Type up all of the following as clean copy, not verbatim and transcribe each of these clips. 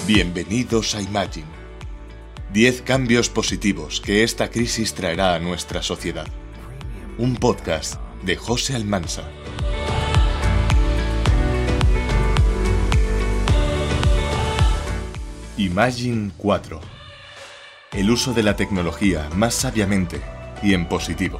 Bienvenidos a Imagine. 10 cambios positivos que esta crisis traerá a nuestra sociedad. Un podcast de José Almansa. Imagine 4. El uso de la tecnología más sabiamente y en positivo.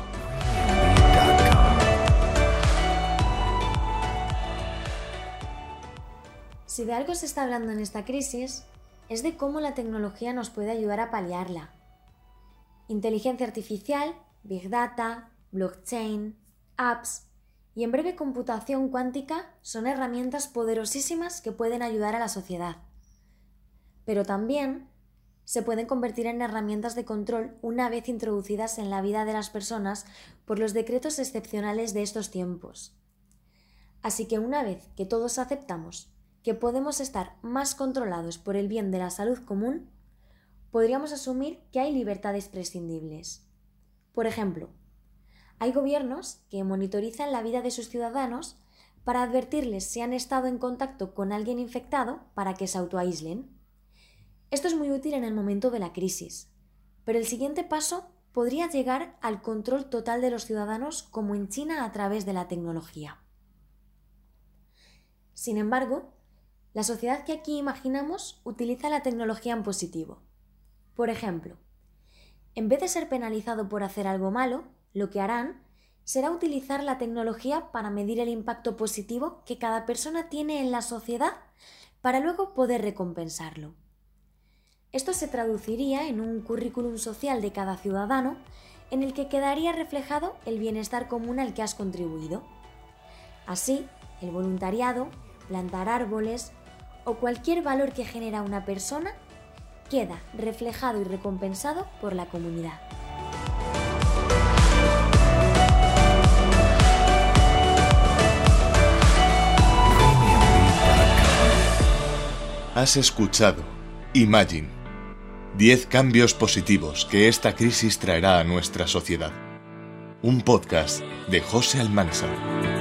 Si de algo se está hablando en esta crisis, es de cómo la tecnología nos puede ayudar a paliarla. Inteligencia artificial, Big Data, blockchain, apps y en breve computación cuántica son herramientas poderosísimas que pueden ayudar a la sociedad. Pero también se pueden convertir en herramientas de control una vez introducidas en la vida de las personas por los decretos excepcionales de estos tiempos. Así que una vez que todos aceptamos que podemos estar más controlados por el bien de la salud común, podríamos asumir que hay libertades prescindibles. Por ejemplo, hay gobiernos que monitorizan la vida de sus ciudadanos para advertirles si han estado en contacto con alguien infectado para que se autoaíslen. Esto es muy útil en el momento de la crisis, pero el siguiente paso podría llegar al control total de los ciudadanos como en China a través de la tecnología. Sin embargo, la sociedad que aquí imaginamos utiliza la tecnología en positivo. Por ejemplo, en vez de ser penalizado por hacer algo malo, lo que harán será utilizar la tecnología para medir el impacto positivo que cada persona tiene en la sociedad para luego poder recompensarlo. Esto se traduciría en un currículum social de cada ciudadano en el que quedaría reflejado el bienestar común al que has contribuido. Así, el voluntariado, plantar árboles o cualquier valor que genera una persona queda reflejado y recompensado por la comunidad. Has escuchado Imagine. 10 cambios positivos que esta crisis traerá a nuestra sociedad. Un podcast de José Almansa.